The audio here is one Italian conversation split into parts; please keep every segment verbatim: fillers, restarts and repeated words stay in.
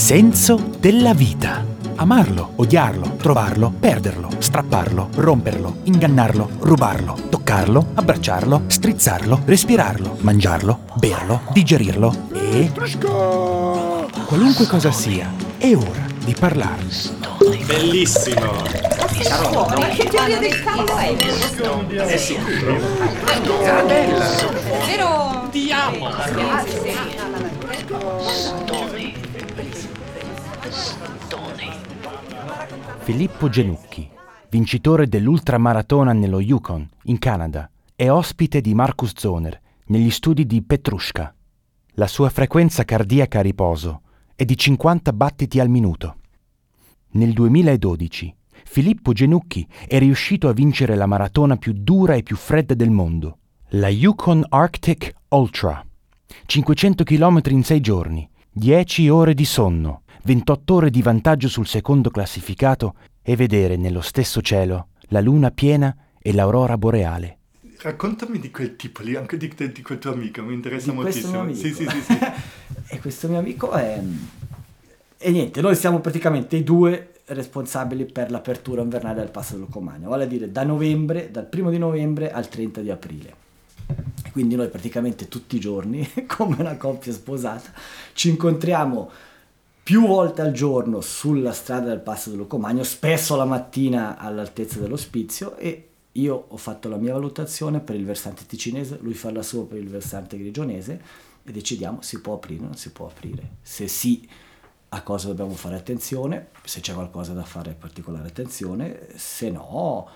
senso della vita. Amarlo, odiarlo, trovarlo, perderlo, strapparlo, romperlo, ingannarlo, rubarlo, toccarlo, abbracciarlo, strizzarlo, respirarlo, mangiarlo, berlo, digerirlo e... qualunque cosa sia, è ora di parlarne. Bellissimo! Che teoria del cavolo è? Eh sì. Era bella! Vero? Ti amo! Filippo Genucchi, vincitore dell'ultramaratona nello Yukon, in Canada, è ospite di Markus Zohner negli studi di Petrushka. La sua frequenza cardiaca a riposo è di cinquanta battiti al minuto. Nel duemiladodici Filippo Genucchi è riuscito a vincere la maratona più dura e più fredda del mondo, la Yukon Arctic Ultra. cinquecento chilometri in sei giorni, dieci ore di sonno, ventotto ore di vantaggio sul secondo classificato e vedere nello stesso cielo la luna piena e l'aurora boreale. Raccontami di quel tipo lì, anche di, di quel tuo amico, mi interessa Di moltissimo. questo mio Sì, amico. sì, sì, sì. E questo mio amico è... E niente, noi siamo praticamente i due responsabili per l'apertura invernale del Passo dell'Ucumagna, vale a dire da novembre, dal primo di novembre al trenta di aprile. Quindi noi praticamente tutti i giorni, come una coppia sposata, ci incontriamo più volte al giorno sulla strada del Passo dell'Ucumagna, spesso la mattina all'altezza dell'ospizio, e io ho fatto la mia valutazione per il versante ticinese, lui fa la sua per il versante grigionese e decidiamo si può aprire o non si può aprire. Se sì, a cosa dobbiamo fare attenzione, se c'è qualcosa da fare particolare attenzione, se no,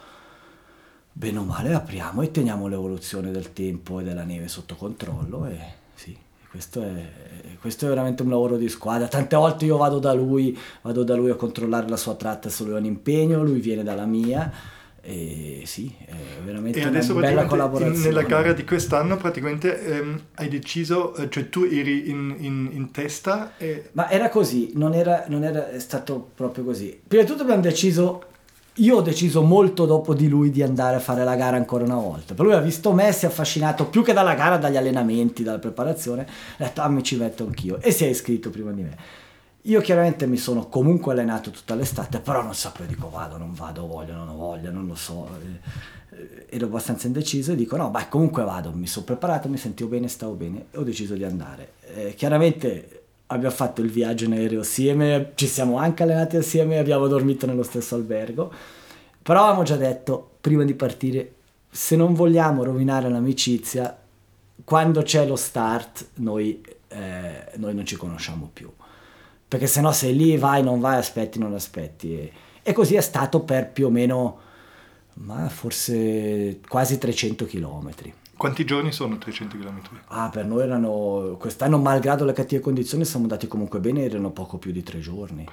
bene o male apriamo e teniamo l'evoluzione del tempo e della neve sotto controllo. E sì, questo è, questo è veramente un lavoro di squadra. Tante volte io vado da lui, vado da lui a controllare la sua tratta se lui ha un impegno, lui viene dalla mia. E sì, è veramente E una adesso bella praticamente collaborazione. in- nella gara di quest'anno praticamente ehm, hai deciso, eh, cioè tu eri in, in, in testa e... Ma era così, non era, non era stato proprio così. Prima di tutto abbiamo deciso, io ho deciso molto dopo di lui di andare a fare la gara ancora una volta. Per lui ha visto me, si è affascinato più che dalla gara, dagli allenamenti, dalla preparazione, ha detto ah mi ci metto anch'io e si è iscritto prima di me. Io chiaramente mi sono comunque allenato tutta l'estate, però non sapevo, dico vado, non vado, voglio, non ho voglia, non lo so. Ero abbastanza indeciso e dico no, beh comunque vado, mi sono preparato, mi sentivo bene, stavo bene e ho deciso di andare. Eh, chiaramente abbiamo fatto il viaggio in aereo assieme, ci siamo anche allenati assieme, abbiamo dormito nello stesso albergo, però avevamo già detto prima di partire, se non vogliamo rovinare l'amicizia, quando c'è lo start noi, eh, noi non ci conosciamo più. Perché se no sei lì, vai, non vai, aspetti, non aspetti. E, e così è stato per più o meno, ma forse quasi trecento chilometri. Quanti giorni sono trecento chilometri? Ah, per noi erano, quest'anno malgrado le cattive condizioni siamo andati comunque bene, erano poco più di tre giorni.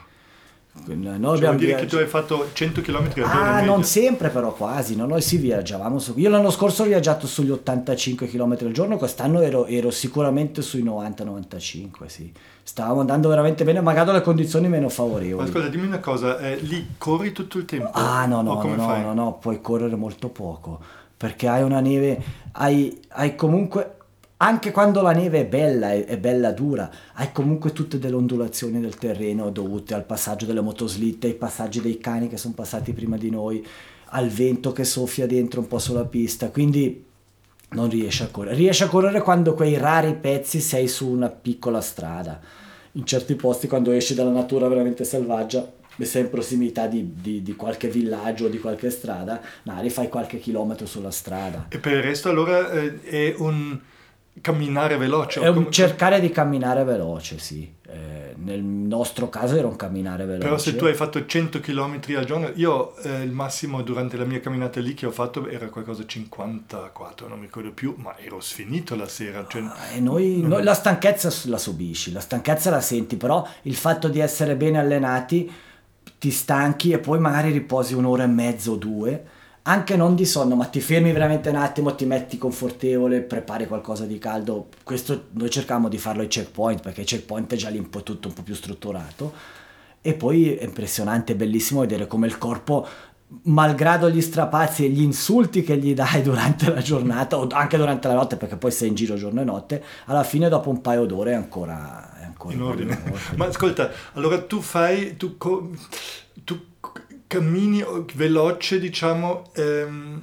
Noi Cioè, abbiamo vuol dire viaggi- che tu hai fatto cento chilometri al giorno in Ah, media? non sempre però, quasi, no? Noi sì viaggiavamo su... Io l'anno scorso ho viaggiato sugli ottantacinque chilometri al giorno, quest'anno ero, ero sicuramente sui novanta novantacinque, sì. Stavamo andando veramente bene, magari le condizioni meno Ma favorevoli. ascolta, dimmi una cosa, eh, lì corri tutto il tempo? Ah, no, O no, come no, fai? no, no, puoi correre molto poco, perché hai una neve, hai, hai comunque... Anche quando la neve è bella, è, è bella dura, hai comunque tutte delle ondulazioni del terreno dovute al passaggio delle motoslitte, ai passaggi dei cani che sono passati prima di noi, al vento che soffia dentro un po' sulla pista, quindi non riesci a correre. Riesci a correre quando quei rari pezzi sei su una piccola strada. In certi posti quando esci dalla natura veramente selvaggia e sei in prossimità di, di, di qualche villaggio o di qualche strada, magari fai qualche chilometro sulla strada. E per il resto allora eh, è un camminare veloce? o È un come- cercare di camminare veloce, sì. Eh, nel nostro caso era un camminare veloce. Però se tu hai fatto cento chilometri al giorno, io eh, il massimo durante la mia camminata lì che ho fatto era qualcosa cinquantaquattro, non mi ricordo più, ma ero sfinito la sera. Cioè, Ah, e noi, noi la stanchezza la subisci, la stanchezza la senti, però il fatto di essere bene allenati ti stanchi e poi magari riposi un'ora e mezzo o due, anche non di sonno, ma ti fermi veramente un attimo, ti metti confortevole, prepari qualcosa di caldo. Questo noi cercavamo di farlo ai checkpoint, perché ai checkpoint è già lì un po' tutto un po' più strutturato, e poi è impressionante, è bellissimo vedere come il corpo, malgrado gli strapazzi e gli insulti che gli dai durante la giornata o anche durante la notte, perché poi sei in giro giorno e notte, alla fine dopo un paio d'ore è ancora, è ancora ancora in ordine. quello- Ma ascolta, allora tu fai, tu, co- tu cammini veloce, diciamo, ehm,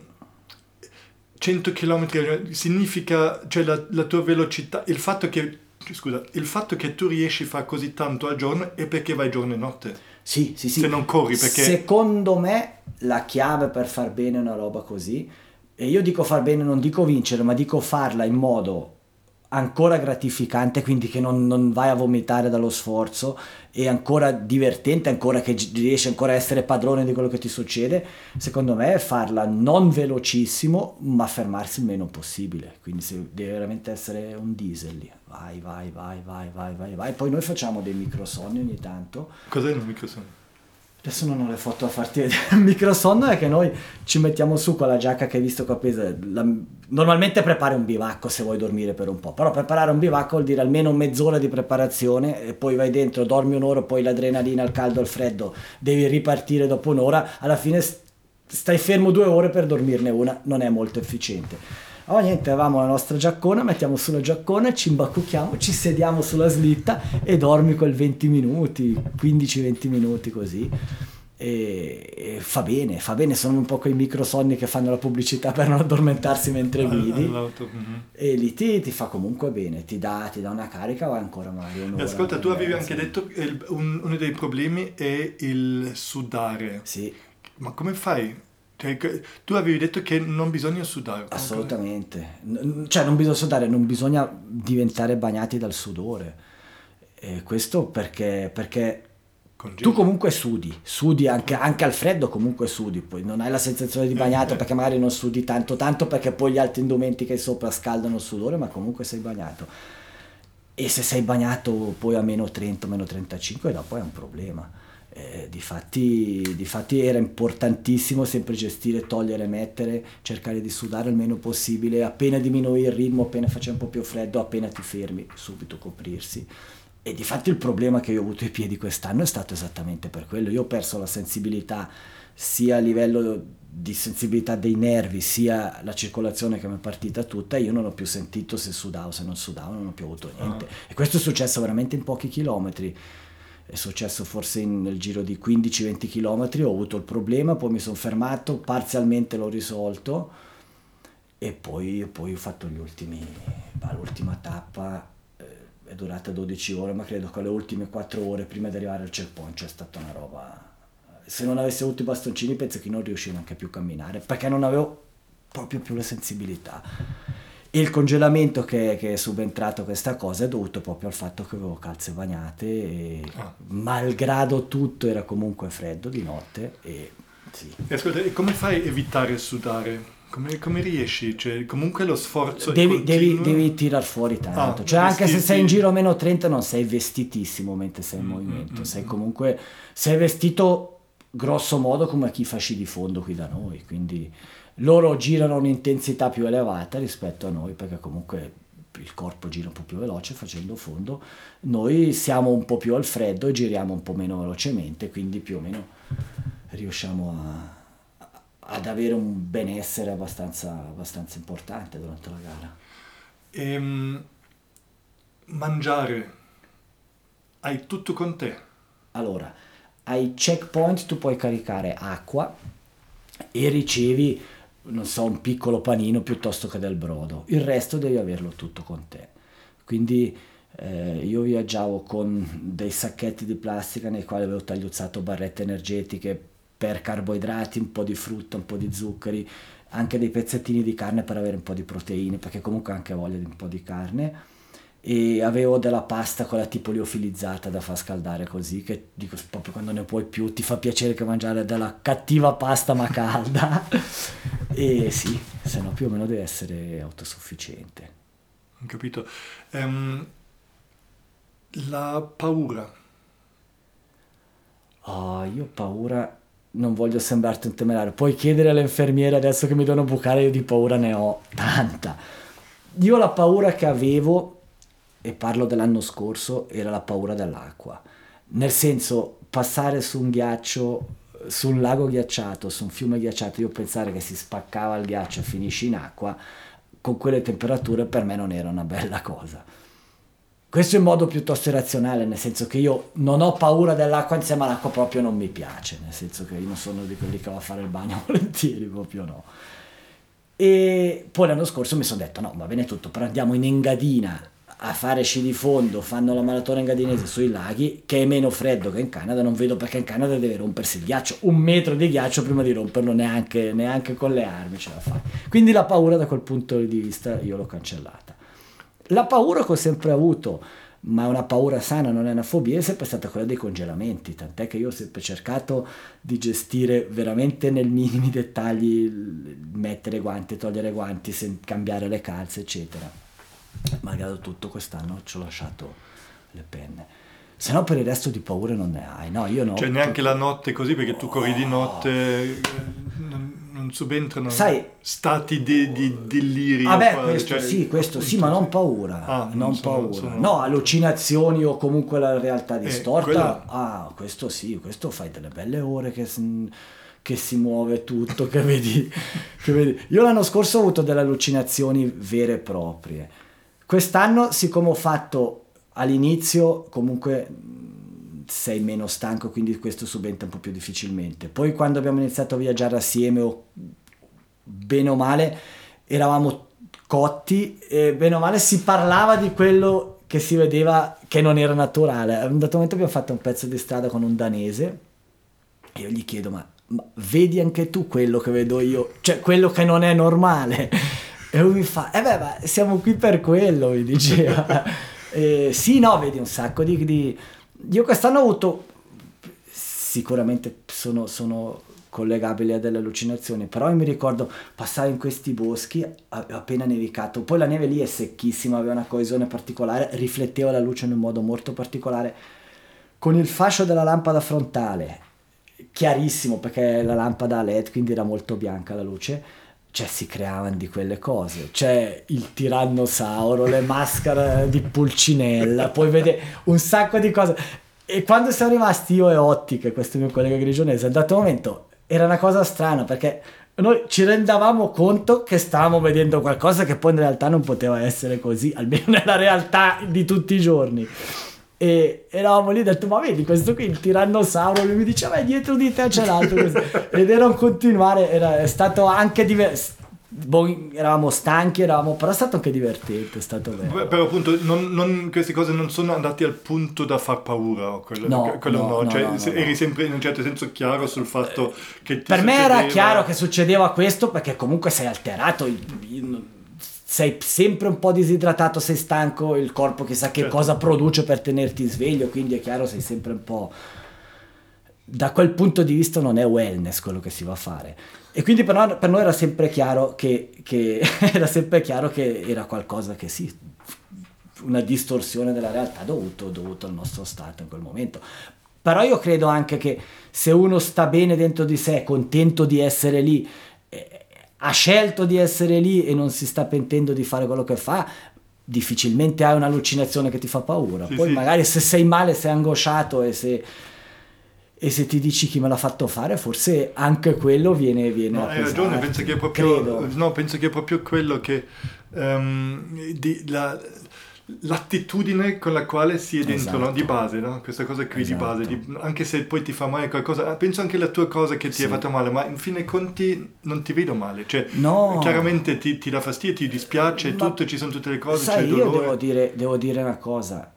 cento chilometri, significa, cioè la, la tua velocità, il fatto che, scusa, il fatto che tu riesci a fare così tanto al giorno è perché vai giorno e notte. Sì, sì, sì. Se non corri, perché... Secondo me la chiave per far bene una roba così, e io dico far bene, non dico vincere, ma dico farla in modo ancora gratificante, quindi che non, non vai a vomitare dallo sforzo, e ancora divertente, ancora che gi- riesci ancora a essere padrone di quello che ti succede, secondo me è farla non velocissimo, ma fermarsi il meno possibile. Quindi se deve veramente essere un diesel lì, vai, vai, vai, vai, vai, vai, vai. Poi noi facciamo dei microsonni ogni tanto. Cos'è un microsonno? Adesso non ho le foto a farti vedere. Il microsonno è che noi ci mettiamo su con la giacca che hai visto qua appesa. La- Normalmente prepari un bivacco se vuoi dormire per un po', però preparare un bivacco vuol dire almeno mezz'ora di preparazione, e poi vai dentro, dormi un'ora, poi l'adrenalina, il caldo, il freddo, devi ripartire dopo un'ora, alla fine st- stai fermo due ore per dormirne una, non è molto efficiente. Allora niente, avevamo la nostra giaccona, mettiamo sulla giaccona, ci imbacucchiamo, ci sediamo sulla slitta e dormi quel venti minuti, quindici venti minuti così. E, e fa bene, fa bene, sono un po' quei microsonni che fanno la pubblicità per non addormentarsi mentre guidi, All'auto, mhm. e lì ti, ti fa comunque bene, ti dà, ti dà una carica, va ancora magari un'ora. E ascolta, tu un'ora e avevi mezza. anche detto che il- un- uno dei problemi è il sudare. Sì, Ma come fai? Cioè, che- tu avevi detto che non bisogna sudare. assolutamente. N- Cioè non bisogna sudare, non bisogna diventare bagnati dal sudore. E questo perché, perché Congeli. tu comunque sudi, sudi anche, anche al freddo, comunque sudi, poi non hai la sensazione di bagnato eh. perché magari non sudi tanto, tanto perché poi gli altri indumenti che hai sopra scaldano il sudore, ma comunque sei bagnato. E se sei bagnato poi a meno trenta, meno trentacinque, dopo è un problema. Eh, difatti, difatti era importantissimo sempre gestire, togliere, mettere, cercare di sudare il meno possibile, appena diminui il ritmo, appena faccia un po' più freddo, appena ti fermi, subito coprirsi. E difatti il problema che io ho avuto ai piedi quest'anno è stato esattamente per quello. Io ho perso la sensibilità sia a livello di sensibilità dei nervi, sia la circolazione che mi è partita tutta, e io non ho più sentito se sudavo, se non sudavo, non ho più avuto niente. E questo è successo veramente in pochi chilometri. È successo forse in- nel giro di quindici venti chilometri, ho avuto il problema, poi mi sono fermato, parzialmente l'ho risolto, e poi, poi ho fatto gli ultimi, bah, l'ultima tappa eh, è durata dodici ore, ma credo che le ultime quattro ore prima di arrivare al checkpoint c'è stata una roba. Se non avessi avuto i bastoncini penso che non riuscivo neanche più a camminare, perché non avevo proprio più la sensibilità. E il congelamento che, che è subentrato a questa cosa è dovuto proprio al fatto che avevo calze bagnate, e Ah. malgrado tutto era comunque freddo di notte, e sì. E ascolta, e come fai a evitare sudare? Come, come riesci? Cioè, comunque lo sforzo è Devi, devi, continuo? devi tirar fuori tanto, Ah, cioè anche se vestirti- sei in giro a meno trenta non sei vestitissimo mentre sei in Mm, movimento, mm, sei mm. comunque, sei vestito grosso modo come chi fa sci di fondo qui da noi, quindi loro girano a un'intensità più elevata rispetto a noi, perché comunque il corpo gira un po' più veloce facendo fondo, noi siamo un po' più al freddo e giriamo un po' meno velocemente, quindi più o meno riusciamo a, ad avere un benessere abbastanza, abbastanza importante durante la gara. Ehm, mangiare. Hai tutto con te. Allora, ai checkpoint tu puoi caricare acqua e ricevi, non so, un piccolo panino piuttosto che del brodo. Il resto devi averlo tutto con te. Quindi eh, io viaggiavo con dei sacchetti di plastica nei quali avevo tagliuzzato barrette energetiche per carboidrati, un po' di frutta, un po' di zuccheri, anche dei pezzettini di carne per avere un po' di proteine, perché comunque ho anche voglia di un po' di carne. E avevo della pasta con la tipo liofilizzata da far scaldare così, che dico proprio quando ne puoi più ti fa piacere che mangiare della cattiva pasta ma calda. E sì, se no più o meno deve essere autosufficiente. Ho capito. Ehm, la paura. Oh, io ho paura, non voglio sembrarti un temerario, puoi chiedere alle infermiere adesso che mi devono bucare, io di paura ne ho tanta. Io la paura che avevo, e parlo dell'anno scorso, era la paura dell'acqua. Nel senso, passare su un ghiaccio, su un lago ghiacciato, su un fiume ghiacciato, io pensare che si spaccava il ghiaccio e finisci in acqua, con quelle temperature per me non era una bella cosa. Questo in modo piuttosto irrazionale, nel senso che io non ho paura dell'acqua insieme all'acqua, proprio non mi piace, nel senso che io non sono di quelli che va a fare il bagno volentieri, proprio no. E poi l'anno scorso mi sono detto no, va bene tutto, però andiamo in Engadina a fare sci di fondo, fanno la maratona engadinese sui laghi, che è meno freddo che in Canada, non vedo perché in Canada deve rompersi il ghiaccio, un metro di ghiaccio prima di romperlo neanche, neanche con le armi ce la fai. Quindi la paura da quel punto di vista io l'ho cancellata. La paura che ho sempre avuto, ma è una paura sana, non è una fobia, è sempre stata quella dei congelamenti, tant'è che io ho sempre cercato di gestire veramente nel minimi dettagli, mettere guanti, togliere guanti, cambiare le calze, eccetera. Malgrado tutto, quest'anno ci ho lasciato le penne, se no per il resto di paure non ne hai. No, io no. Cioè neanche la notte così, perché tu corri di notte, non, non subentrano, sai, stati di, di delirio. Vabbè, ah questo cioè, sì, questo sì, ma non paura, ah, non sono, paura. Sono... No, allucinazioni o comunque la realtà distorta. Eh, quella... Ah, questo sì, questo fai delle belle ore che si, che si muove tutto, che vedi, che vedi. Io l'anno scorso ho avuto delle allucinazioni vere e proprie. Quest'anno, siccome ho fatto all'inizio, comunque sei meno stanco, quindi questo subentra un po' più difficilmente. Poi quando abbiamo iniziato a viaggiare assieme, o bene o male, eravamo cotti e bene o male si parlava di quello che si vedeva che non era naturale. A un dato momento abbiamo fatto un pezzo di strada con un danese e io gli chiedo, ma, ma vedi anche tu quello che vedo io? Cioè quello che non è normale? E lui mi fa, eh beh, ma siamo qui per quello, mi diceva. eh, sì, no, vedi un sacco di, di... Io quest'anno ho avuto, sicuramente sono, sono collegabili a delle allucinazioni, però io mi ricordo passare in questi boschi, appena nevicato, poi la neve lì è secchissima, aveva una coesione particolare, rifletteva la luce in un modo molto particolare, con il fascio della lampada frontale, chiarissimo, perché la lampada a L E D, quindi era molto bianca la luce, cioè si creavano di quelle cose, c'è il tirannosauro, le maschere di Pulcinella, poi vede un sacco di cose, e quando siamo rimasti io e Otti, che è questo mio collega grigionese, a un dato momento era una cosa strana, perché noi ci rendavamo conto che stavamo vedendo qualcosa che poi in realtà non poteva essere così, almeno nella realtà di tutti i giorni. E eravamo lì e ho detto, ma vedi questo qui, il tirannosauro, lui mi diceva, dietro di te c'è l'altro, ed era un continuare, era, è stato anche divertente, boh, eravamo stanchi, eravamo, però è stato anche divertente, è stato bello. Però appunto non, non, queste cose non sono andate al punto da far paura, o quello no, quello no, no. Cioè, no, no, eri no. sempre in un certo senso chiaro sul fatto che ti per me succedeva... era chiaro che succedeva questo, perché comunque sei alterato, sei sempre un po' disidratato, sei stanco, il corpo chissà che certo. cosa produce per tenerti sveglio, quindi è chiaro, sei sempre un po'... Da quel punto di vista non è wellness quello che si va a fare. E quindi per noi, per noi era sempre chiaro che, che era sempre chiaro che era qualcosa che sì, una distorsione della realtà dovuto, dovuto al nostro stato in quel momento. Però io credo anche che se uno sta bene dentro di sé, contento di essere lì, eh, ha scelto di essere lì e non si sta pentendo di fare quello che fa, difficilmente hai un'allucinazione che ti fa paura. Sì, Poi sì. magari se sei male, sei angosciato e se... e se ti dici chi me l'ha fatto fare, forse anche quello viene viene no, hai ragione, penso che è proprio no, penso che è proprio quello che um, di, la, l'attitudine con la quale si è dentro, esatto. no? Di base, no? Questa cosa qui esatto. di base, di, anche se poi ti fa male qualcosa, penso anche la tua cosa che ti sì. è fatta male, ma in fin dei conti non ti vedo male, cioè no. chiaramente ti, ti dà fastidio, ti dispiace, ma tutto, ci sono tutte le cose, sai, c'è il io dolore. devo dire, devo dire una cosa.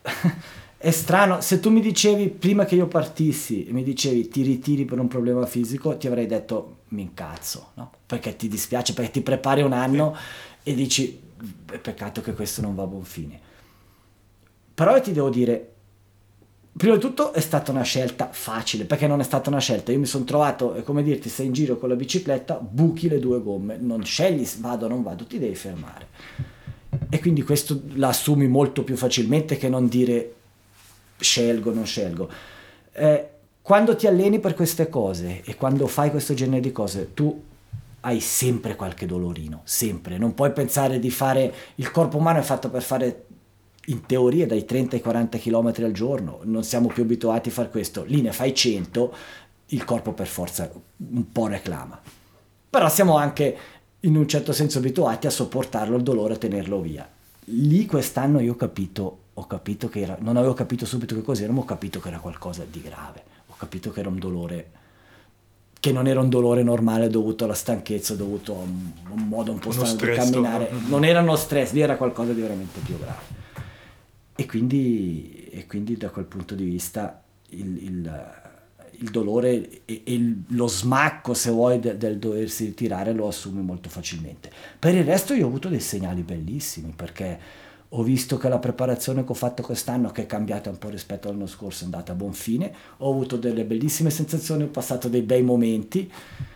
È strano, se tu mi dicevi prima che io partissi, mi dicevi ti ritiri per un problema fisico, ti avrei detto mi incazzo, no? Perché ti dispiace, perché ti prepari un anno sì. e dici è peccato che questo non va a buon fine. Però io ti devo dire, prima di tutto è stata una scelta facile, perché non è stata una scelta, io mi sono trovato, è come dirti, sei in giro con la bicicletta, buchi le due gomme, non scegli vado o non vado, ti devi fermare. E quindi questo l'assumi molto più facilmente che non dire scelgo, non scelgo. Eh, quando ti alleni per queste cose e quando fai questo genere di cose, tu hai sempre qualche dolorino, sempre. Non puoi pensare di fare... Il corpo umano è fatto per fare, in teoria, dai trenta ai quaranta chilometri al giorno. Non siamo più abituati a fare questo. Lì ne fai cento, il corpo per forza un po' reclama. Però siamo anche, in un certo senso, abituati a sopportarlo, il dolore, a tenerlo via. Lì quest'anno io ho capito... ho capito che era, non avevo capito subito che cos'era, ma ho capito che era qualcosa di grave, ho capito che era un dolore, che non era un dolore normale dovuto alla stanchezza, dovuto a un, un modo un po' Uno strano di stress, camminare, no? non era uno stress, lì era qualcosa di veramente più grave. E quindi, e quindi da quel punto di vista il, il, il dolore e, e il, lo smacco, se vuoi, de, del doversi ritirare lo assumi molto facilmente. Per il resto io ho avuto dei segnali bellissimi, perché ho visto che la preparazione che ho fatto quest'anno, che è cambiata un po' rispetto all'anno scorso, è andata a buon fine, ho avuto delle bellissime sensazioni, ho passato dei bei momenti.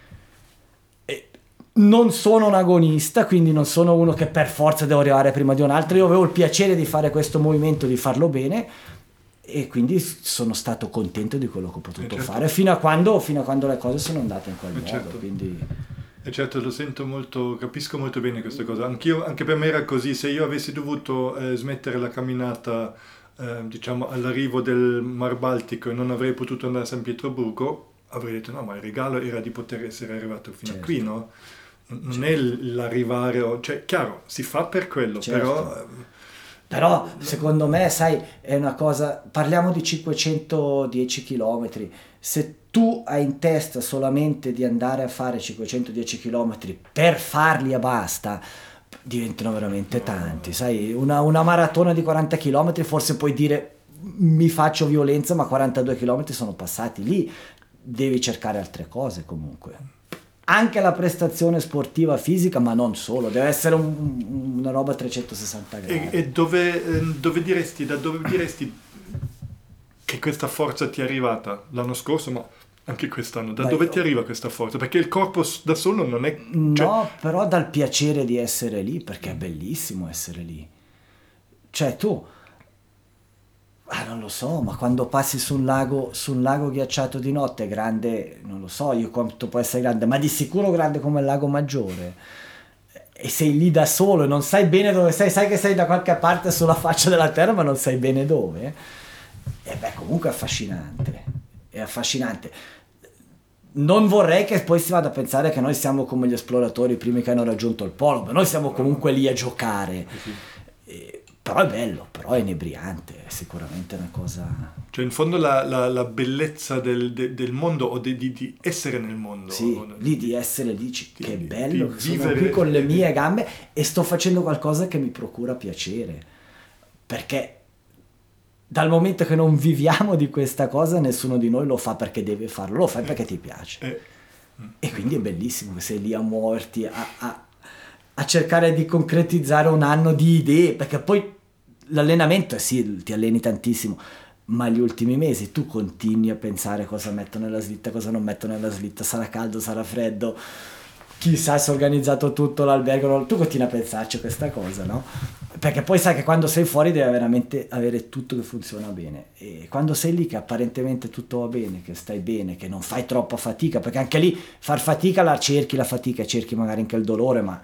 E non sono un agonista, quindi non sono uno che per forza devo arrivare prima di un altro, io avevo il piacere di fare questo movimento, di farlo bene, e quindi sono stato contento di quello che ho potuto eh certo. fare, fino a, quando, fino a quando le cose sono andate in quel eh modo. certo. Quindi... E certo, lo sento molto, capisco molto bene questa cosa. Anch'io, anche per me era così. Se io avessi dovuto eh, smettere la camminata, eh, diciamo, all'arrivo del Mar Baltico e non avrei potuto andare a San Pietroburgo, avrei detto no, ma il regalo era di poter essere arrivato fino certo. a qui, no? Non certo. è l'arrivare, o, cioè, chiaro, si fa per quello, certo. però... Però secondo me, sai, è una cosa, parliamo di cinquecentodieci chilometri, se tu hai in testa solamente di andare a fare cinquecentodieci chilometri per farli e basta, diventano veramente tanti, sai, una, una maratona di quaranta chilometri forse puoi dire mi faccio violenza, ma quarantadue chilometri sono passati, lì devi cercare altre cose comunque. Anche la prestazione sportiva fisica, ma non solo, deve essere un, una roba a trecentosessanta gradi. E, e dove, dove diresti, da dove diresti che questa forza ti è arrivata? L'anno scorso, ma anche quest'anno, da Beh, dove io... ti arriva questa forza? Perché il corpo da solo non è... No, cioè... però dal piacere di essere lì, perché è bellissimo essere lì. Cioè tu... Ah, non lo so, ma quando passi su un lago, su un lago ghiacciato di notte, grande, non lo so io quanto può essere grande, ma di sicuro grande come il Lago Maggiore, e sei lì da solo e non sai bene dove sei, sai che sei da qualche parte sulla faccia della terra, ma non sai bene dove, e beh, comunque è affascinante, è affascinante. Non vorrei che poi si vada a pensare che noi siamo come gli esploratori primi che hanno raggiunto il polo, ma noi siamo comunque lì a giocare. E, però è bello, però è inebriante, è sicuramente una cosa... Cioè in fondo la, la, la bellezza del, de, del mondo o di, di, di essere nel mondo. Sì, o, lì di essere lì, che di, bello, di che sono vivere, qui con le di, mie gambe e sto facendo qualcosa che mi procura piacere, perché dal momento che non viviamo di questa cosa nessuno di noi lo fa perché deve farlo, lo fai perché ti piace. Eh. E quindi è bellissimo che sei lì a muoverti, a... a a cercare di concretizzare un anno di idee, perché poi l'allenamento, sì, ti alleni tantissimo, ma gli ultimi mesi tu continui a pensare cosa metto nella slitta, cosa non metto nella slitta, sarà caldo, sarà freddo, chissà se ho organizzato tutto l'albergo, tu continui a pensarci a questa cosa, no? Perché poi sai che quando sei fuori devi veramente avere tutto che funziona bene, e quando sei lì che apparentemente tutto va bene, che stai bene, che non fai troppa fatica, perché anche lì far fatica la cerchi, la fatica cerchi magari anche il dolore, ma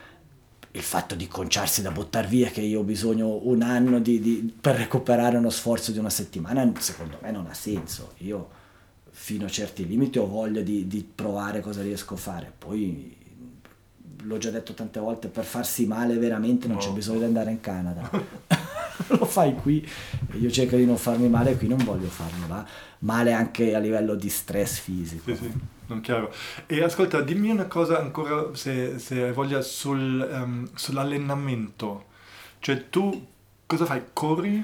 il fatto di conciarsi da buttar via, che io ho bisogno un anno di, di, per recuperare uno sforzo di una settimana, secondo me non ha senso. Io fino a certi limiti ho voglia di, di provare cosa riesco a fare, poi l'ho già detto tante volte, per farsi male veramente non no. c'è bisogno di andare in Canada. Lo fai qui, e io cerco di non farmi male qui, non voglio farmi là. Male anche a livello di stress fisico. Sì, sì, non chiaro. E ascolta, dimmi una cosa ancora, se, se hai voglia, sul, um, sull'allenamento. Cioè tu cosa fai? Corri?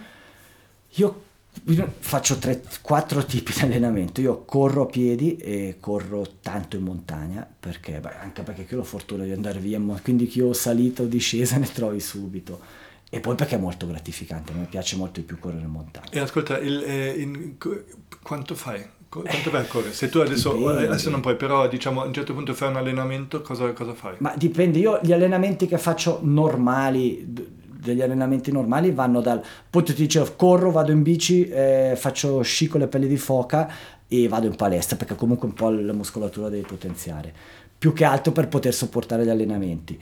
Io, io faccio tre, quattro tipi di allenamento. Io corro a piedi e corro tanto in montagna, perché beh, anche perché io ho la fortuna di andare via, quindi che io ho salita o discesa ne trovi subito. E poi perché è molto gratificante, mi piace molto di più correre in montagna. E ascolta, il, eh, in, quanto fai? Quanto vai a correre? Se tu adesso, Dipende. adesso non puoi, però diciamo a un certo punto fai un allenamento, cosa, cosa fai? Ma dipende, io gli allenamenti che faccio normali, degli allenamenti normali vanno dal, poi ti dicevo, corro, vado in bici, eh, faccio sci con le pelli di foca e vado in palestra, perché comunque un po' la muscolatura devi potenziare, più che altro per poter sopportare gli allenamenti.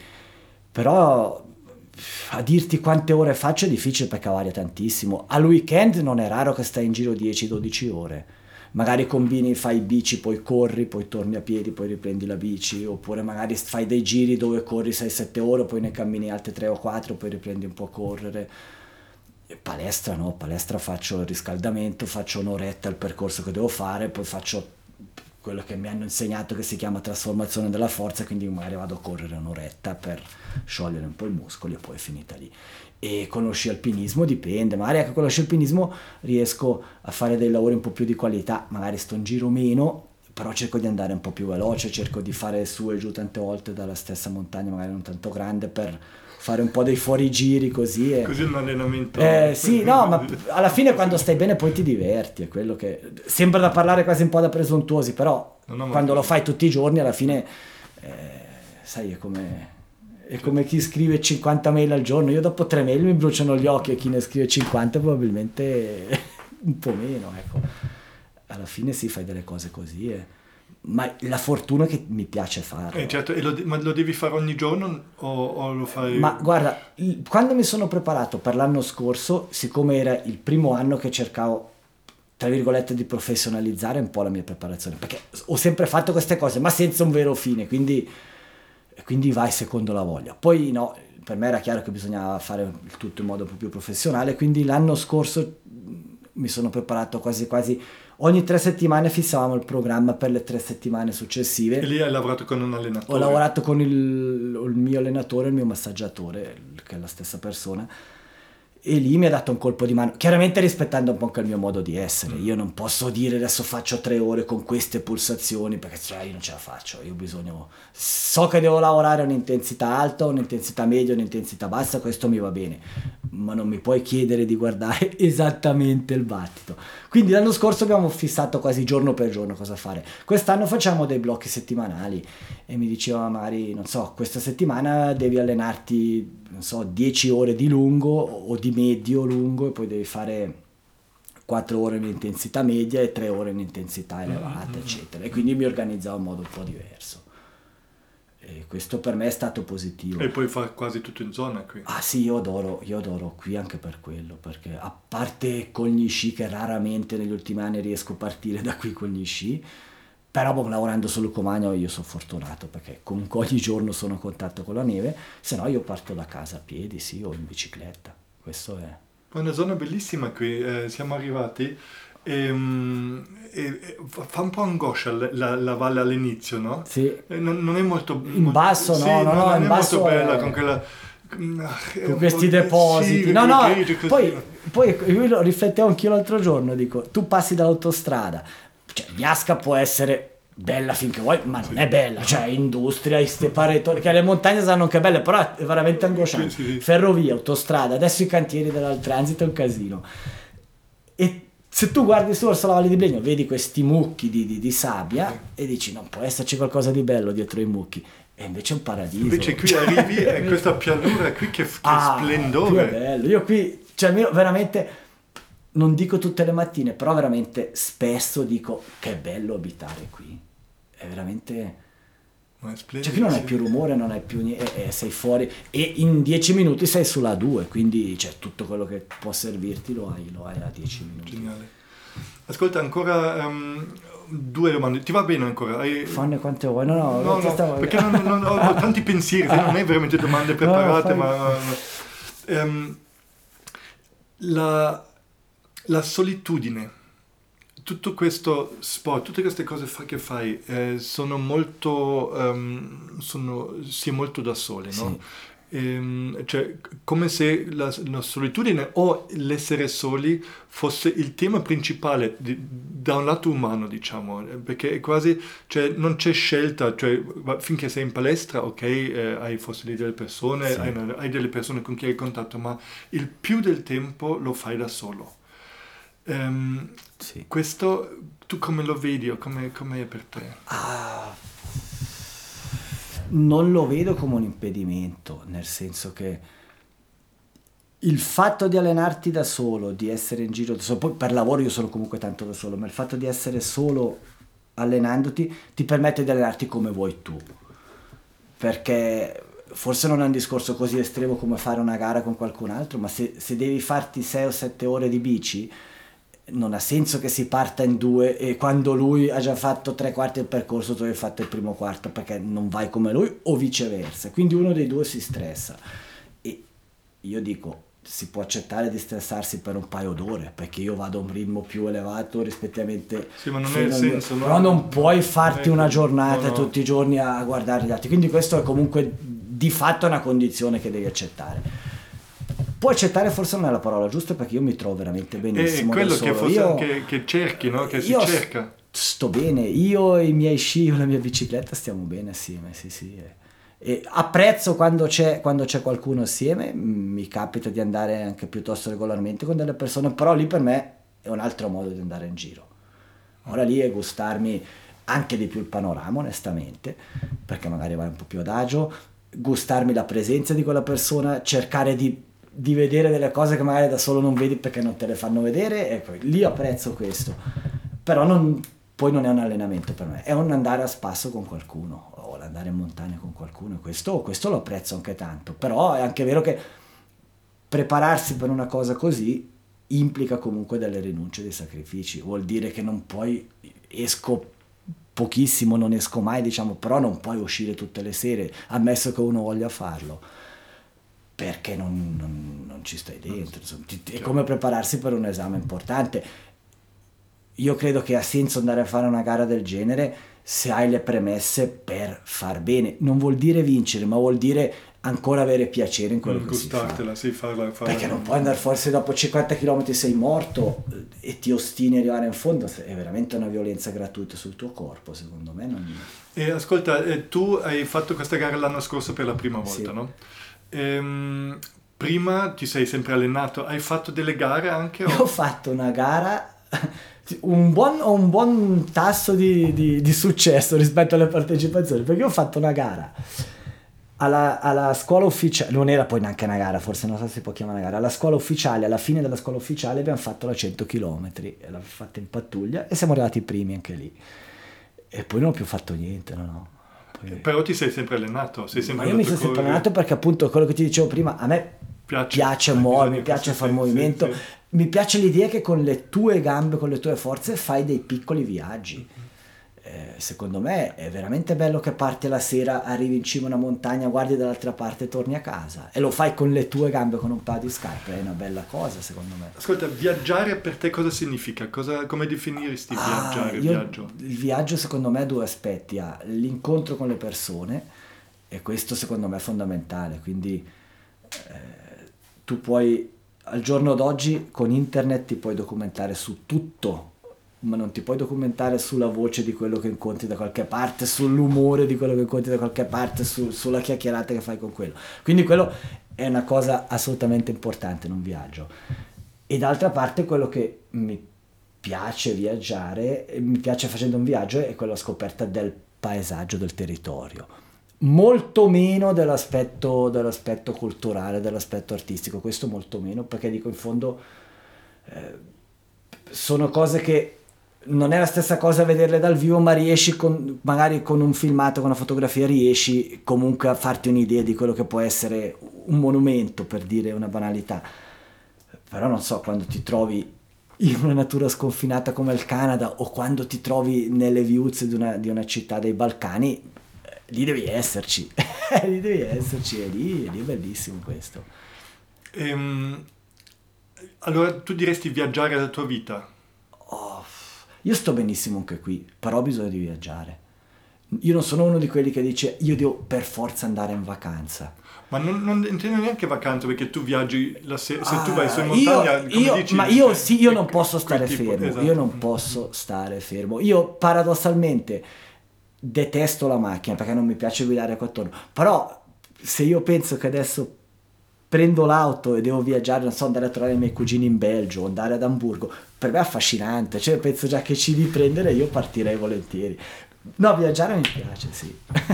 Però a dirti quante ore faccio è difficile perché varia tantissimo. Al weekend non è raro che stai in giro dieci dodici ore, magari combini, fai bici, poi corri, poi torni a piedi, poi riprendi la bici, oppure magari fai dei giri dove corri sei sette ore, poi ne cammini altre tre o quattro, poi riprendi un po' a correre. palestra no, palestra faccio il riscaldamento, faccio un'oretta il percorso che devo fare, poi faccio quello che mi hanno insegnato che si chiama trasformazione della forza, quindi magari vado a correre un'oretta per sciogliere un po' i muscoli e poi è finita lì. E con lo sci alpinismo dipende, magari anche con lo sci alpinismo riesco a fare dei lavori un po' più di qualità, magari sto in giro meno, però cerco di andare un po' più veloce, cerco di fare su e giù tante volte dalla stessa montagna, magari non tanto grande, per fare un po' dei fuorigiri così. E... così un allenamento. Eh, sì, no, ma alla fine quando stai bene poi ti diverti, è quello che... Sembra da parlare quasi un po' da presuntuosi, però no, no, quando lo fai tutti i giorni alla fine, eh, sai, è come... è come chi scrive cinquanta mail al giorno. Io dopo tre mail mi bruciano gli occhi, e chi ne scrive cinquanta probabilmente un po' meno, ecco. Alla fine si fai delle cose così, eh. Ma la fortuna è che mi piace farlo. Eh, certo, e lo, ma lo devi fare ogni giorno o, o lo fai? Ma guarda, quando mi sono preparato per l'anno scorso, siccome era il primo anno che cercavo, tra virgolette, di professionalizzare un po' la mia preparazione, perché ho sempre fatto queste cose, ma senza un vero fine, quindi, quindi vai secondo la voglia. Poi no, per me era chiaro che bisognava fare il tutto in modo più più quindi l'anno scorso mi sono preparato quasi quasi... Ogni tre settimane fissavamo il programma per le tre settimane successive. E lì hai lavorato con un allenatore? Ho lavorato con il, il mio allenatore, il mio massaggiatore, che è la stessa persona, e lì mi ha dato un colpo di mano, chiaramente rispettando un po' anche il mio modo di essere. Io non posso dire adesso faccio tre ore con queste pulsazioni, perché cioè, io non ce la faccio, io ho bisogno, so che devo lavorare a un'intensità alta, un'intensità media, un'intensità bassa, questo mi va bene, ma non mi puoi chiedere di guardare esattamente il battito. Quindi l'anno scorso abbiamo fissato quasi giorno per giorno cosa fare. Quest'anno facciamo dei blocchi settimanali e mi diceva magari, non so, questa settimana devi allenarti, non so, dieci ore di lungo o di medio lungo, e poi devi fare quattro ore in intensità media e tre ore in intensità elevata, mm-hmm. eccetera. E quindi mi organizzavo in modo un po' diverso. E questo per me è stato positivo. E poi fai quasi tutto in zona qui? Ah sì, io adoro, io adoro qui anche per quello, perché a parte con gli sci, che raramente negli ultimi anni riesco a partire da qui con gli sci, però boh, lavorando sul Comagno io sono fortunato, perché comunque ogni giorno sono a contatto con la neve, se no io parto da casa a piedi, sì, o in bicicletta, questo è... È una zona bellissima qui, eh, siamo arrivati... E, e, fa un po' angoscia la, la valle all'inizio, no? Sì. Non, non è molto... In basso, sì, no, no, no, non in è basso molto bella è... con quella... con questi depositi. Sì, no, no, poi, così. poi io lo riflettevo anch'io l'altro giorno, dico, tu passi dall'autostrada, cioè Biasca può essere bella finché vuoi, ma non sì. è bella, cioè industria, ste paretone, che le montagne sanno che belle, però è veramente angosciante. Sì, sì. Ferrovia, autostrada, adesso i cantieri del transito è un casino. E se tu guardi su verso la Valle di Blegno, vedi questi mucchi di, di, di sabbia sì. e dici non può esserci qualcosa di bello dietro i mucchi, e invece è un paradiso. Invece qui arrivi e questa pianura qui che, che ah, splendore. Qui è bello. Io qui, cioè io veramente, non dico tutte le mattine, però veramente spesso dico che è bello abitare qui. È veramente... Ma è splendido, cioè qui non hai sì. più rumore, non hai più niente, e sei fuori e in dieci minuti sei sulla A due, quindi cioè, tutto quello che può servirti lo hai, lo hai a dieci minuti. Geniale. Ascolta, ancora um, due domande. Ti va bene ancora? Hai... Fanne quante vuoi? No, no, no, no stavo... perché non, non, ho, ho tanti pensieri, non è veramente domande preparate, no, ma... Um, la, la solitudine. Tutto questo sport, tutte queste cose fa, che fai eh, sono molto, um, sono, si è molto da sole, no? Sì. Ehm, cioè, come se la, la solitudine o l'essere soli fosse il tema principale di, da un lato umano, diciamo, perché è quasi, cioè, non c'è scelta, cioè, finché sei in palestra, ok, eh, hai forse lì delle persone, sì. hai, hai delle persone con chi hai contatto, ma il più del tempo lo fai da solo. Um, sì. Questo tu come lo vedi o come, come è per te? Ah, non lo vedo come un impedimento, nel senso che il fatto di allenarti da solo, di essere in giro da solo, poi per lavoro io sono comunque tanto da solo, ma il fatto di essere solo allenandoti ti permette di allenarti come vuoi tu, perché forse non è un discorso così estremo come fare una gara con qualcun altro, ma se, se devi farti sei o sette ore di bici non ha senso che si parta in due e quando lui ha già fatto tre quarti del percorso tu hai fatto il primo quarto, perché non vai come lui o viceversa, quindi uno dei due si stressa. E io dico, si può accettare di stressarsi per un paio d'ore, perché io vado a un ritmo più elevato rispettivamente. Sì, ma non è il senso, no? Però non puoi farti non una che... giornata no, no. tutti i giorni a guardare gli altri, quindi questo è comunque di fatto una condizione che devi accettare. Puoi accettare forse non è la parola giusta, perché io mi trovo veramente benissimo. È quello da solo. che, forse io, che, che cerchi, no? Che si io cerca. Sto bene, io e i miei sci, io e la mia bicicletta stiamo bene assieme, sì sì. E, e apprezzo quando c'è, quando c'è qualcuno assieme, mi capita di andare anche piuttosto regolarmente con delle persone, però lì per me è un altro modo di andare in giro. Ora lì è gustarmi anche di più il panorama, onestamente, perché magari vai un po' più adagio, gustarmi la presenza di quella persona, cercare di, di vedere delle cose che magari da solo non vedi perché non te le fanno vedere, ecco, lì apprezzo questo, però non, poi non è un allenamento per me, è un andare a spasso con qualcuno, o andare in montagna con qualcuno, questo, questo lo apprezzo anche tanto, però è anche vero che prepararsi per una cosa così implica comunque delle rinunce, dei sacrifici, vuol dire che non puoi, esco pochissimo, non esco mai, diciamo, però non puoi uscire tutte le sere, ammesso che uno voglia farlo, perché non, non, non ci stai dentro, insomma, è come prepararsi per un esame importante. Io credo che ha senso andare a fare una gara del genere se hai le premesse per far bene, non vuol dire vincere, ma vuol dire ancora avere piacere in quello non che si fa. gustartela, sì, farla, farla. Perché non puoi andare forse dopo cinquanta chilometri sei morto e ti ostini a arrivare in fondo, è veramente una violenza gratuita sul tuo corpo, secondo me. Non... E ascolta, eh, tu hai fatto questa gara l'anno scorso per la prima volta, sì. no? Ehm, prima ti sei sempre allenato, hai fatto delle gare anche? O... Io ho fatto una gara, un buon, ho un buon tasso di, di, di successo rispetto alle partecipazioni, perché ho fatto una gara alla, alla scuola ufficiale, non era poi neanche una gara, forse non so se si può chiamare una gara, alla scuola ufficiale, alla fine della scuola ufficiale abbiamo fatto la cento chilometri, l'abbiamo fatta in pattuglia e siamo arrivati i primi anche lì, e poi non ho più fatto niente, no no. Poi... Però ti sei sempre allenato, sei sempre ma io mi sono sempre allenato perché appunto quello che ti dicevo prima, a me piace, piace muovere, mi piace fare movimento, sì, sì. Mi piace l'idea che con le tue gambe, con le tue forze fai dei piccoli viaggi. Eh, secondo me è veramente bello che parti la sera, arrivi in cima a una montagna, guardi dall'altra parte e torni a casa, e lo fai con le tue gambe, con un paio di scarpe, è una bella cosa secondo me. Ascolta, viaggiare per te cosa significa? Cosa, come definiresti ah, viaggiare? Io, viaggio? Il viaggio secondo me ha due aspetti, ha l'incontro con le persone, e questo secondo me è fondamentale, quindi eh, tu puoi, al giorno d'oggi con internet ti puoi documentare su tutto, ma non ti puoi documentare sulla voce di quello che incontri da qualche parte, sull'umore di quello che incontri da qualche parte, su, sulla chiacchierata che fai con quello. Quindi quello è una cosa assolutamente importante in un viaggio. E d'altra parte quello che mi piace viaggiare, mi piace facendo un viaggio, è quella scoperta del paesaggio, del territorio. Molto meno dell'aspetto, dell'aspetto culturale, dell'aspetto artistico, questo molto meno, perché dico in fondo eh, sono cose che non è la stessa cosa vederle dal vivo, ma riesci con, magari con un filmato, con una fotografia, riesci comunque a farti un'idea di quello che può essere un monumento, per dire una banalità. Però non so, quando ti trovi in una natura sconfinata come il Canada, o quando ti trovi nelle viuzze di una, di una città dei Balcani, lì devi esserci, lì devi esserci, e lì, lì è bellissimo questo. Ehm, allora tu diresti viaggiare la tua vita? Oh, io sto benissimo anche qui, però ho bisogno di viaggiare. Io non sono uno di quelli che dice io devo per forza andare in vacanza. Ma non, non intendo neanche vacanza, perché tu viaggi la se, se ah, tu vai su in montagna, io, come io, dici, ma io cioè, sì, io non posso stare tipo, fermo, esatto. Io non posso stare fermo. Io paradossalmente detesto la macchina perché non mi piace guidare qua attorno, però se io penso che adesso prendo l'auto e devo viaggiare, non so, andare a trovare i miei cugini in Belgio, andare ad Amburgo, per me è affascinante, cioè penso già che ci riprendere, io partirei volentieri. No, viaggiare mi piace, sì.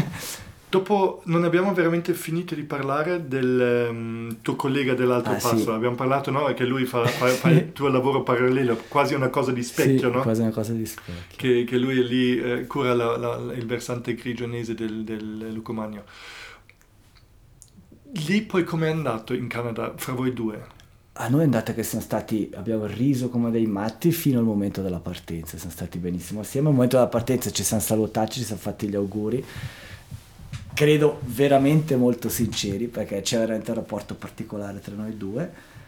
Dopo non abbiamo veramente finito di parlare del um, tuo collega dell'altro ah, passo, sì. Abbiamo parlato, no? Che lui fa, fa, fa il tuo lavoro parallelo, quasi una cosa di specchio, sì, no? quasi una cosa di specchio. Che, che lui è lì, eh, cura la, la, il versante grigionese del, del Lucomagno. Lì poi com'è andato in Canada fra voi due? A noi è andata che siamo stati, abbiamo riso come dei matti fino al momento della partenza, siamo stati benissimo assieme. Al momento della partenza ci siamo salutati, ci siamo fatti gli auguri, credo veramente molto sinceri, perché c'è veramente un rapporto particolare tra noi due.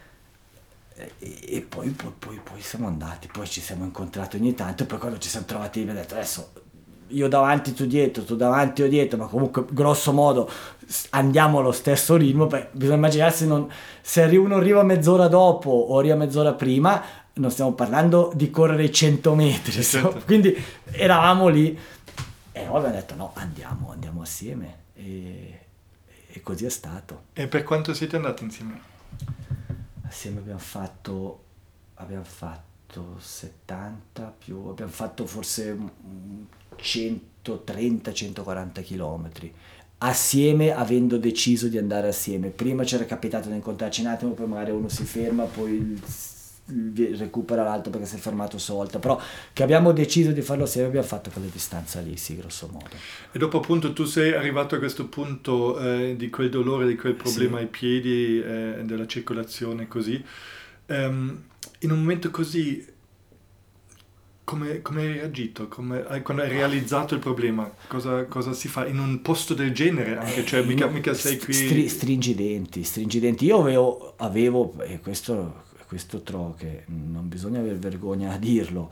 e, e poi, poi, poi, poi siamo andati, poi ci siamo incontrati ogni tanto, e poi quando ci siamo trovati mi ha detto adesso io davanti, tu dietro, tu davanti, io dietro, ma comunque grosso modo andiamo allo stesso ritmo. Beh, bisogna immaginarsi, non, se uno arriva mezz'ora dopo o arriva mezz'ora prima, non stiamo parlando di correre i cento metri, certo. Quindi eravamo lì e poi abbiamo detto no, andiamo, andiamo assieme, e, e così è stato. E per quanto siete andati insieme? Assieme abbiamo fatto abbiamo fatto settanta più, abbiamo fatto forse centotrenta centoquaranta chilometri assieme, avendo deciso di andare assieme. Prima c'era capitato di incontrarci un attimo, poi magari uno si ferma, poi recupera l'altro perché si è fermato svolta, però che abbiamo deciso di farlo assieme, abbiamo fatto quella distanza lì, sì, grosso modo. E dopo appunto tu sei arrivato a questo punto eh, di quel dolore, di quel problema sì. ai piedi, eh, della circolazione così, um, in un momento così come, come hai reagito? Come, quando hai realizzato il problema, cosa, cosa si fa in un posto del genere anche? Cioè mica, mica sei qui... Stri, stringi i denti, stringi i denti. Io avevo, avevo e questo, questo trovo che non bisogna aver vergogna a dirlo,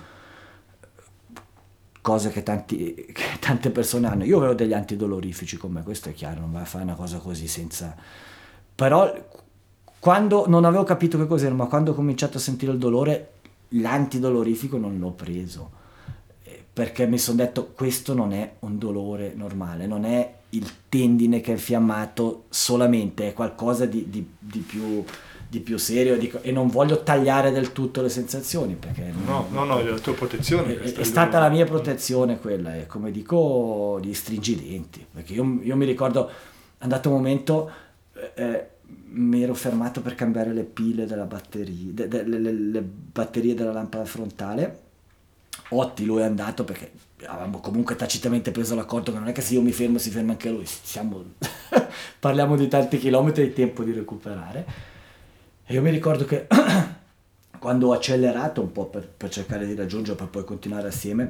cose che, tanti, che tante persone hanno. Io avevo degli antidolorifici con me, questo è chiaro, non vai a fare una cosa così senza... Però quando non avevo capito che cos'era, ma quando ho cominciato a sentire il dolore, l'antidolorifico non l'ho preso, perché mi sono detto questo non è un dolore normale, non è il tendine che è infiammato solamente, è qualcosa di, di, di, più, di più serio, di, e non voglio tagliare del tutto le sensazioni, perché no, no, no, è la tua protezione, è, è stata la mia protezione quella, e come dico gli stringi i denti, perché io, io mi ricordo, è andato un momento eh, mi ero fermato per cambiare le pile della batteria, de, de, le, le, le batterie della lampada frontale. Otti, lui è andato perché avevamo comunque tacitamente preso l'accordo che non è che se io mi fermo si ferma anche lui, siamo parliamo di tanti chilometri, di tempo di recuperare. E io mi ricordo che quando ho accelerato un po' per, per cercare di raggiungere, per poi continuare assieme,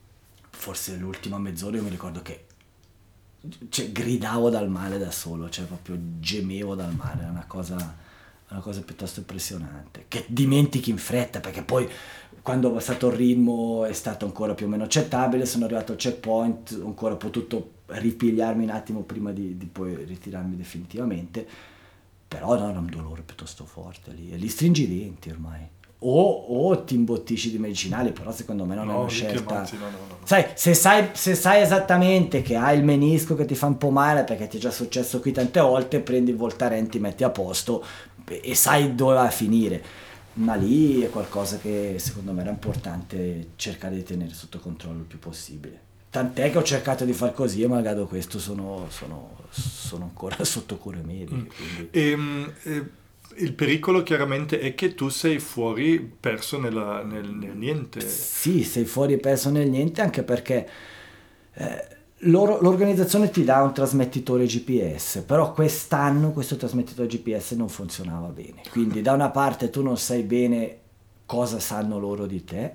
forse l'ultima mezz'ora, io mi ricordo che cioè, gridavo dal male da solo, cioè proprio gemevo dal male, è una cosa, una cosa piuttosto impressionante, che dimentichi in fretta, perché poi quando ho passato il ritmo è stato ancora più o meno accettabile, sono arrivato al checkpoint, ho ancora potuto ripigliarmi un attimo prima di, di poi ritirarmi definitivamente, però no, era un dolore piuttosto forte lì, e lì stringi i denti ormai. O, o ti imbottisci di medicinali, però secondo me non no, è una scelta. Mazzi, no, no, no. Sai, se sai, se sai esattamente che hai il menisco che ti fa un po' male, perché ti è già successo qui tante volte, prendi il Voltaren, ti metti a posto e sai dove va a finire. Ma lì è qualcosa che secondo me era importante cercare di tenere sotto controllo il più possibile. Tant'è che ho cercato di far così, e malgrado questo sono, sono, sono ancora sotto cure mediche. Mm. Quindi... E, e, il pericolo chiaramente è che tu sei fuori, perso nella, nel, nel niente. Sì, sei fuori perso nel niente, anche perché eh, loro, l'organizzazione ti dà un trasmettitore G P S, però quest'anno questo trasmettitore G P S non funzionava bene. Quindi da una parte tu non sai bene cosa sanno loro di te,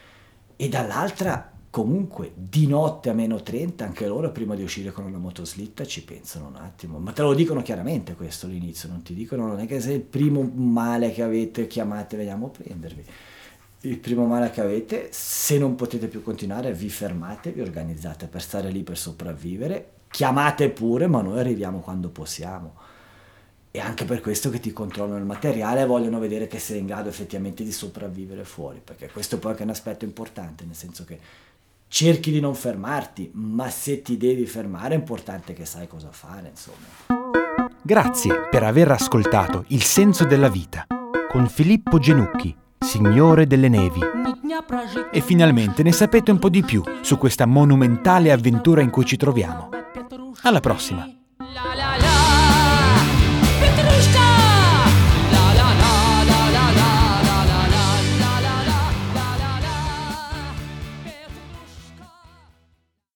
e dall'altra comunque di notte a meno trenta anche loro prima di uscire con una motoslitta ci pensano un attimo, ma te lo dicono chiaramente questo all'inizio, non ti dicono, non è che se il primo male che avete chiamate veniamo a prendervi, il primo male che avete, se non potete più continuare vi fermate, vi organizzate per stare lì, per sopravvivere, chiamate pure, ma noi arriviamo quando possiamo. E anche per questo che ti controllano il materiale e vogliono vedere che sei in grado effettivamente di sopravvivere fuori, perché questo è poi anche un aspetto importante, nel senso che cerchi di non fermarti, ma se ti devi fermare è importante che sai cosa fare, insomma. Grazie per aver ascoltato Il senso della vita con Filippo Genucchi, Signore delle Nevi. E finalmente ne sapete un po' di più su questa monumentale avventura in cui ci troviamo. Alla prossima!